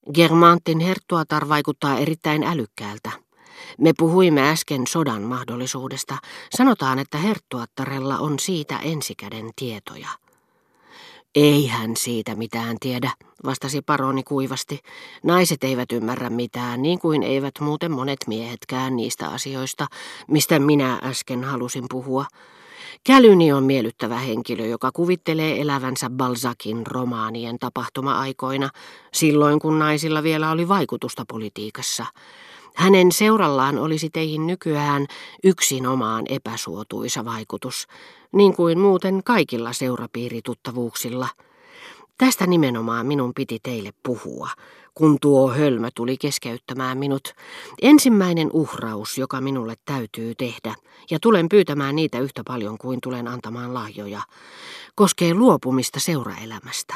Germantin herttuatar vaikuttaa erittäin älykkäältä. Me puhuimme äsken sodan mahdollisuudesta. Sanotaan, että herttuattarella on siitä ensikäden tietoja. Ei hän siitä mitään tiedä, vastasi paroni kuivasti. Naiset eivät ymmärrä mitään, niin kuin eivät muuten monet miehetkään niistä asioista, mistä minä äsken halusin puhua. Calyni on miellyttävä henkilö, joka kuvittelee elävänsä Balzacin romaanien tapahtuma-aikoina, silloin kun naisilla vielä oli vaikutusta politiikassa. Hänen seurallaan olisi teihin nykyään yksinomaan epäsuotuisa vaikutus, niin kuin muuten kaikilla seurapiirituttavuuksilla. Tästä nimenomaan minun piti teille puhua, kun tuo hölmö tuli keskeyttämään minut. Ensimmäinen uhraus, joka minulle täytyy tehdä, ja tulen pyytämään niitä yhtä paljon kuin tulen antamaan lahjoja, koskee luopumista seuraelämästä.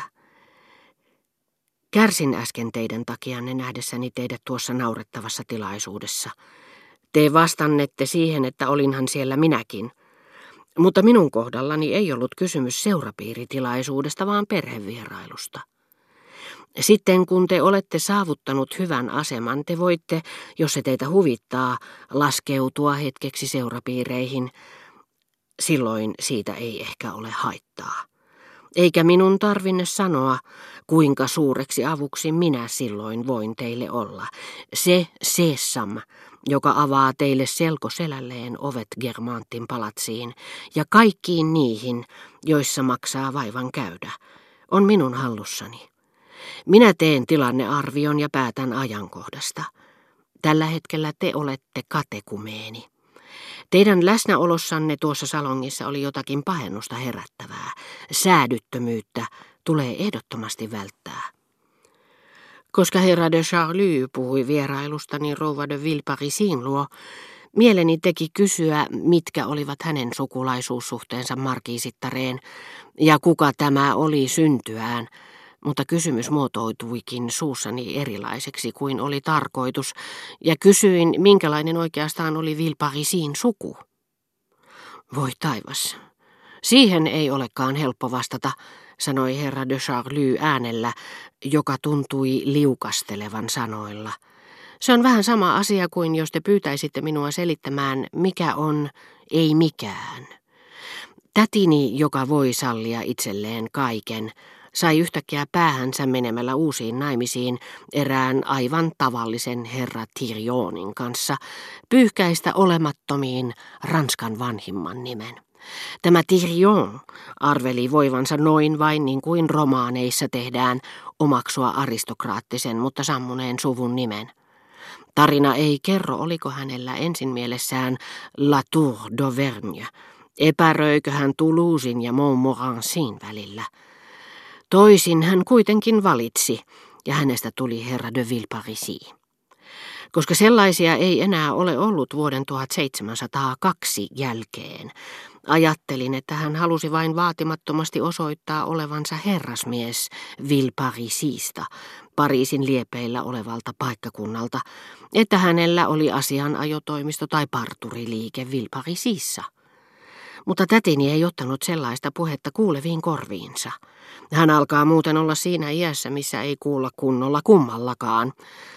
Kärsin äsken teidän takianne nähdessäni teidät tuossa naurettavassa tilaisuudessa. Te vastannette siihen, että olinhan siellä minäkin. Mutta minun kohdallani ei ollut kysymys seurapiiritilaisuudesta, vaan perhevierailusta. Sitten kun te olette saavuttanut hyvän aseman, te voitte, jos se teitä huvittaa, laskeutua hetkeksi seurapiireihin. Silloin siitä ei ehkä ole haittaa. Eikä minun tarvinne sanoa, kuinka suureksi avuksi minä silloin voin teille olla. Se Sesam, joka avaa teille selkoselälleen ovet Germantin palatsiin ja kaikkiin niihin, joissa maksaa vaivan käydä, on minun hallussani. Minä teen tilannearvion ja päätän ajankohdasta. Tällä hetkellä te olette katekumeeni. Teidän läsnäolossanne tuossa salongissa oli jotakin pahennusta herättävää. Säädyttömyyttä tulee ehdottomasti välttää. Koska herra de Charlie puhui vierailustani rouva de Villeparisin luo, mieleni teki kysyä, mitkä olivat hänen sukulaisuussuhteensa markiisittareen ja kuka tämä oli syntyään, mutta kysymys muotoituikin suussani erilaiseksi kuin oli tarkoitus, ja kysyin, minkälainen oikeastaan oli Villeparisin suku. Voi taivas, siihen ei olekaan helppo vastata, sanoi herra de Charlie äänellä, joka tuntui liukastelevan sanoilla. Se on vähän sama asia kuin jos te pyytäisitte minua selittämään, mikä on ei mikään. Tätini, joka voi sallia itselleen kaiken, sai yhtäkkiä päähänsä menemällä uusiin naimisiin erään aivan tavallisen herra Tirionin kanssa pyyhkäistä olemattomiin Ranskan vanhimman nimen. Tämä Tirion arveli voivansa noin vain niin kuin romaaneissa tehdään omaksua aristokraattisen, mutta sammuneen suvun nimen. Tarina ei kerro, oliko hänellä ensin mielessään La Tour d'Auvergne, epäröikö hän Toulousin ja Montmorencin välillä. Toisin hän kuitenkin valitsi, ja hänestä tuli herra de Villeparisis. Koska sellaisia ei enää ole ollut vuoden 1702 jälkeen, ajattelin, että hän halusi vain vaatimattomasti osoittaa olevansa herrasmies Villeparisista, Pariisin liepeillä olevalta paikkakunnalta, että hänellä oli asianajotoimisto tai parturiliike Villeparisissa. Mutta tätini ei ottanut sellaista puhetta kuuleviin korviinsa. Hän alkaa muuten olla siinä iässä, missä ei kuulla kunnolla kummallakaan.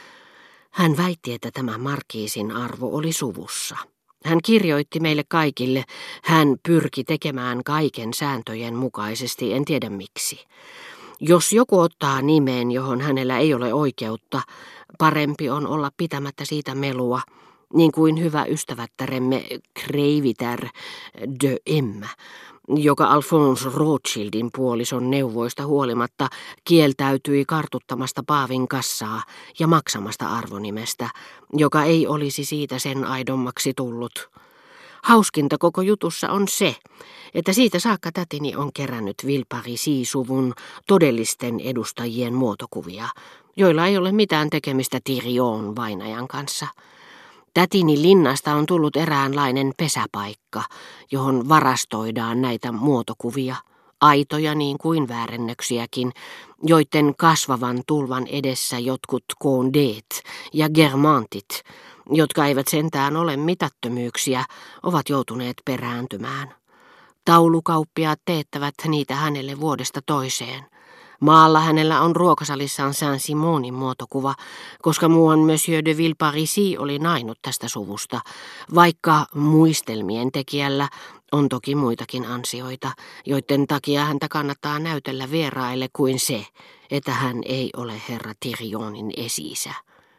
Hän väitti, että tämä markiisin arvo oli suvussa. Hän kirjoitti meille kaikille, hän pyrki tekemään kaiken sääntöjen mukaisesti, en tiedä miksi. Jos joku ottaa nimen, johon hänellä ei ole oikeutta, parempi on olla pitämättä siitä melua, niin kuin hyvä ystävättäremme Kreivitär de Emma, joka Alphonse Rothschildin puolison neuvoista huolimatta kieltäytyi kartuttamasta paavin kassaa ja maksamasta arvonimestä, joka ei olisi siitä sen aidommaksi tullut. Hauskinta koko jutussa on se, että siitä saakka tätini on kerännyt Villeparisis-suvun todellisten edustajien muotokuvia, joilla ei ole mitään tekemistä Tirion vainajan kanssa. Tätini linnasta on tullut eräänlainen pesäpaikka, johon varastoidaan näitä muotokuvia, aitoja niin kuin väärennöksiäkin, joiden kasvavan tulvan edessä jotkut Condét ja Germantit, jotka eivät sentään ole mitättömyyksiä, ovat joutuneet perääntymään. Taulukauppiaat teettävät niitä hänelle vuodesta toiseen. Maalla hänellä on ruokasalissaan Saint-Simonin muotokuva, koska muuan Monsieur de Villeparisis oli nainut tästä suvusta, vaikka muistelmien tekijällä on toki muitakin ansioita, joiden takia häntä kannattaa näytellä vieraille kuin se, että hän ei ole herra Thyrionin esi-isä.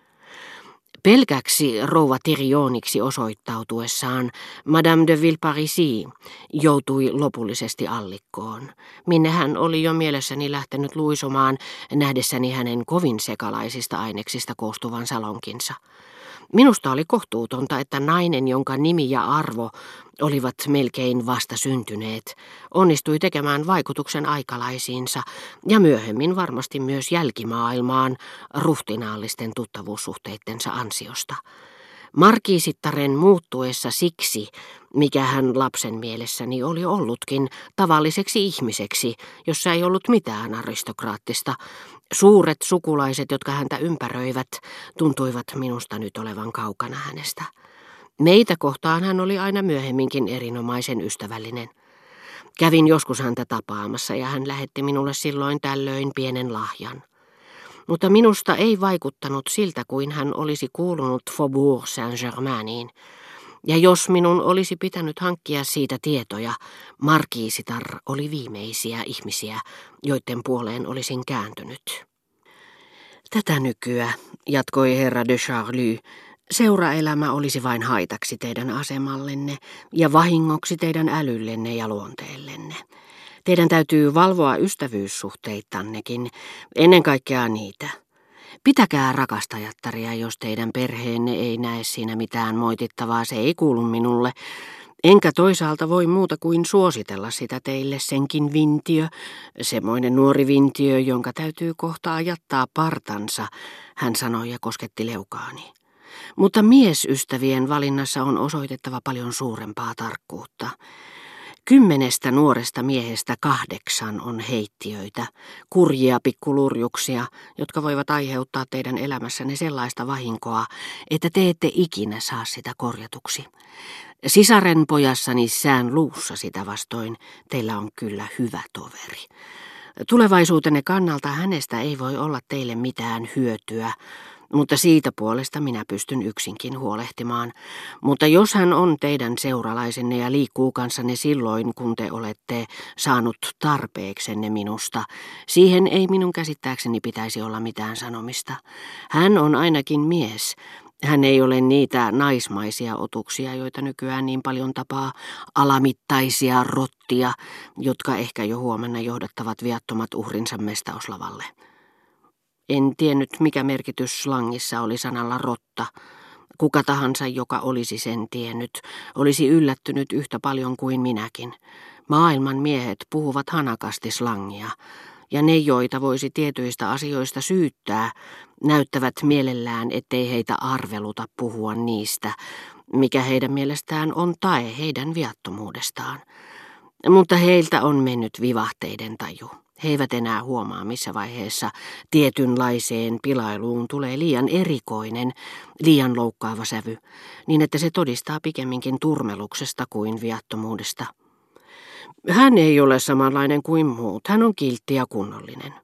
Pelkäksi rouva Thyrioniksi osoittautuessaan Madame de Villeparisis joutui lopullisesti allikkoon, minne hän oli jo mielessäni lähtenyt luisumaan nähdessäni hänen kovin sekalaisista aineksista koostuvan salonkinsa. Minusta oli kohtuutonta, että nainen, jonka nimi ja arvo olivat melkein vasta syntyneet, onnistui tekemään vaikutuksen aikalaisiinsa ja myöhemmin varmasti myös jälkimaailmaan ruhtinaallisten tuttavuussuhteittensa ansiosta. Markiisittaren muuttuessa siksi, mikä hän lapsen mielessäni oli ollutkin, tavalliseksi ihmiseksi, jossa ei ollut mitään aristokraattista, suuret sukulaiset, jotka häntä ympäröivät, tuntuivat minusta nyt olevan kaukana hänestä. Meitä kohtaan hän oli aina myöhemminkin erinomaisen ystävällinen. Kävin joskus häntä tapaamassa ja hän lähetti minulle silloin tällöin pienen lahjan. Mutta minusta ei vaikuttanut siltä, kuin hän olisi kuulunut Faubourg Saint-Germainiin. Ja jos minun olisi pitänyt hankkia siitä tietoja, markiisitar oli viimeisiä ihmisiä, joiden puoleen olisin kääntynyt. Tätä nykyä, jatkoi herra de Charlie, seuraelämä olisi vain haitaksi teidän asemallenne ja vahingoksi teidän älyllenne ja luonteellenne. Teidän täytyy valvoa ystävyyssuhteittannekin, ennen kaikkea niitä. Pitäkää rakastajattaria, jos teidän perheenne ei näe siinä mitään moitittavaa, se ei kuulu minulle. Enkä toisaalta voi muuta kuin suositella sitä teille, senkin vintiö, semmoinen nuori vintiö, jonka täytyy kohta ajattaa partansa, hän sanoi ja kosketti leukaani. Mutta miesystävien valinnassa on osoitettava paljon suurempaa tarkkuutta. 10 nuoresta miehestä 8 on heittiöitä, kurjia pikkulurjuksia, jotka voivat aiheuttaa teidän elämässänne sellaista vahinkoa, että te ette ikinä saa sitä korjatuksi. Sisaren pojassani sään luussa sitä vastoin teillä on kyllä hyvä toveri. Tulevaisuutenne kannalta hänestä ei voi olla teille mitään hyötyä, mutta siitä puolesta minä pystyn yksinkin huolehtimaan. Mutta jos hän on teidän seuralaisenne ja liikkuu kanssanne silloin, kun te olette saanut tarpeeksenne minusta, siihen ei minun käsittääkseni pitäisi olla mitään sanomista. Hän on ainakin mies. Hän ei ole niitä naismaisia otuksia, joita nykyään niin paljon tapaa, alamittaisia rottia, jotka ehkä jo huomenna johdattavat viattomat uhrinsa mestauslavalle. En tiennyt, mikä merkitys slangissa oli sanalla rotta. Kuka tahansa, joka olisi sen tiennyt, olisi yllättynyt yhtä paljon kuin minäkin. Maailman miehet puhuvat hanakasti slangia, ja ne, joita voisi tietyistä asioista syyttää, näyttävät mielellään, ettei heitä arveluta puhua niistä, mikä heidän mielestään on tae heidän viattomuudestaan. Mutta heiltä on mennyt vivahteiden taju. He eivät enää huomaa, missä vaiheessa tietynlaiseen pilailuun tulee liian erikoinen, liian loukkaava sävy, niin että se todistaa pikemminkin turmeluksesta kuin viattomuudesta. Hän ei ole samanlainen kuin muut, hän on kiltti ja kunnollinen.